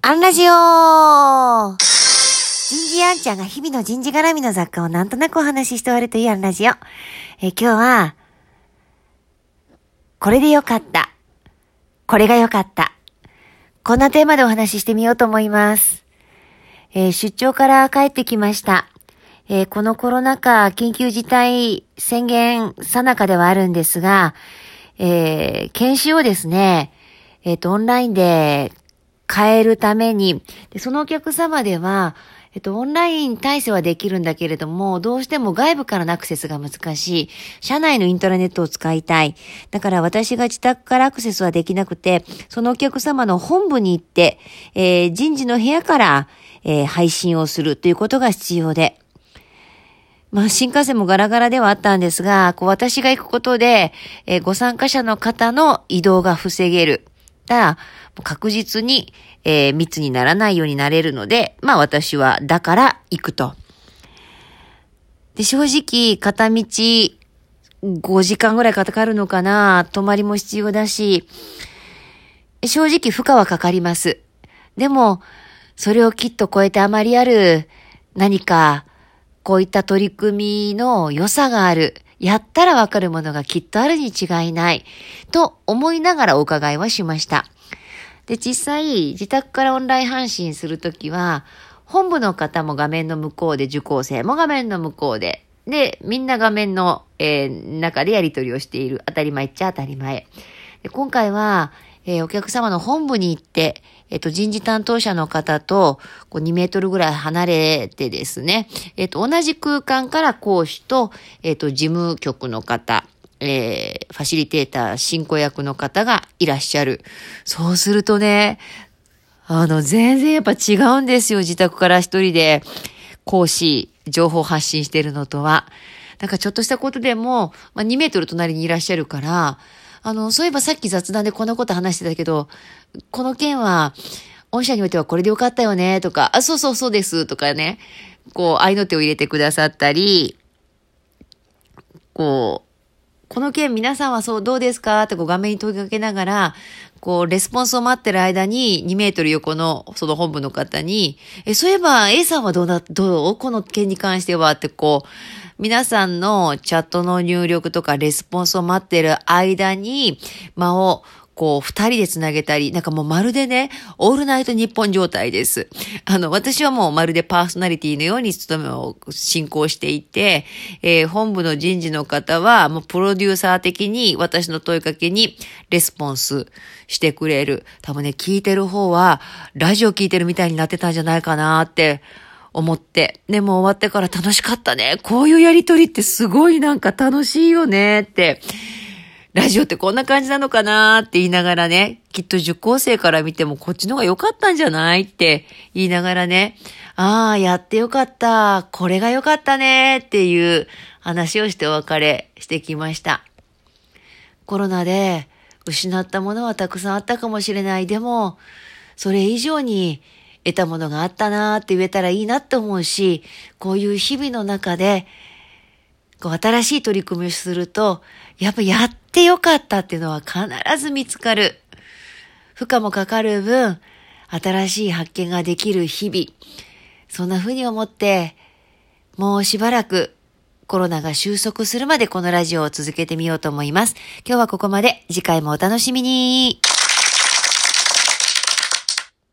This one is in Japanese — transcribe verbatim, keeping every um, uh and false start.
アンラジオ人事アンちゃんが日々の人事絡みの雑貨をなんとなくお話しして終わるというアンラジオ。えー、今日は、これでよかった。これがよかった。こんなテーマでお話ししてみようと思います。えー、出張から帰ってきました。えー、このコロナ禍緊急事態宣言最中ではあるんですが、えー、研修をですね、えっと、オンラインで変えるために、でそのお客様では、えっと、オンライン体制はできるんだけれども、どうしても外部からのアクセスが難しい。社内のイントラネットを使いたい。だから私が自宅からアクセスはできなくて、そのお客様の本部に行って、えー、人事の部屋から、えー、配信をするということが必要で。まあ、新幹線もガラガラではあったんですが、こう私が行くことで、えー、ご参加者の方の移動が防げる。ただ、確実に、えー、密にならないようになれるので、まあ私はだから行くと。で、正直、片道ごじかんぐらいかかるのかな。泊まりも必要だし、正直負荷はかかります。でも、それをきっと超えてあまりある何か、こういった取り組みの良さがある。やったらわかるものがきっとあるに違いない。と思いながらお伺いはしました。で、実際、自宅からオンライン配信するときは、本部の方も画面の向こうで、受講生も画面の向こうで、で、みんな画面の、えー、中でやり取りをしている。当たり前っちゃ当たり前。で今回は、えー、お客様の本部に行って、えっと、人事担当者の方と、こうにメートルぐらい離れてですね、えっと、同じ空間から講師と、えっと、事務局の方、えー、ファシリテーター、進行役の方がいらっしゃる。そうするとね、あの、全然やっぱ違うんですよ。自宅から一人で講師、情報発信してるのとは。なんかちょっとしたことでも、まあ、にメートル隣にいらっしゃるから、あの、そういえばさっき雑談でこんなこと話してたけど、この件は、御社においてはこれでよかったよね、とか、あ、そうそうそうです、とかね、こう、合いの手を入れてくださったり、こう、この件皆さんはそうどうですかってこう画面に問いかけながら、こう、レスポンスを待ってる間ににメートル横のその本部の方に、え、そういえば A さんはどうだ、どうこの件に関してはってこう、皆さんのチャットの入力とかレスポンスを待ってる間に間をこう二人でつなげたり、なんかもうまるでね、オールナイト日本状態です。あの、私はもうまるでパーソナリティのように務めを進行していて、えー、本部の人事の方はもうプロデューサー的に私の問いかけにレスポンスしてくれる。多分ね、聞いてる方はラジオ聞いてるみたいになってたんじゃないかなって思って。でも終わってから楽しかったね。こういうやりとりってすごいなんか楽しいよねって。ラジオってこんな感じなのかなって言いながらね、きっと受講生から見てもこっちの方が良かったんじゃないって言いながらね、ああ、やってよかった。これが良かったねっていう話をしてお別れしてきました。コロナで失ったものはたくさんあったかもしれない。でも、それ以上に得たものがあったなーって言えたらいいなって思うし、こういう日々の中で、こう新しい取り組みをすると、やっぱやってよかったっていうのは必ず見つかる。負荷もかかる分、新しい発見ができる日々。そんな風に思って、もうしばらくコロナが収束するまでこのラジオを続けてみようと思います。今日はここまで。次回もお楽しみに。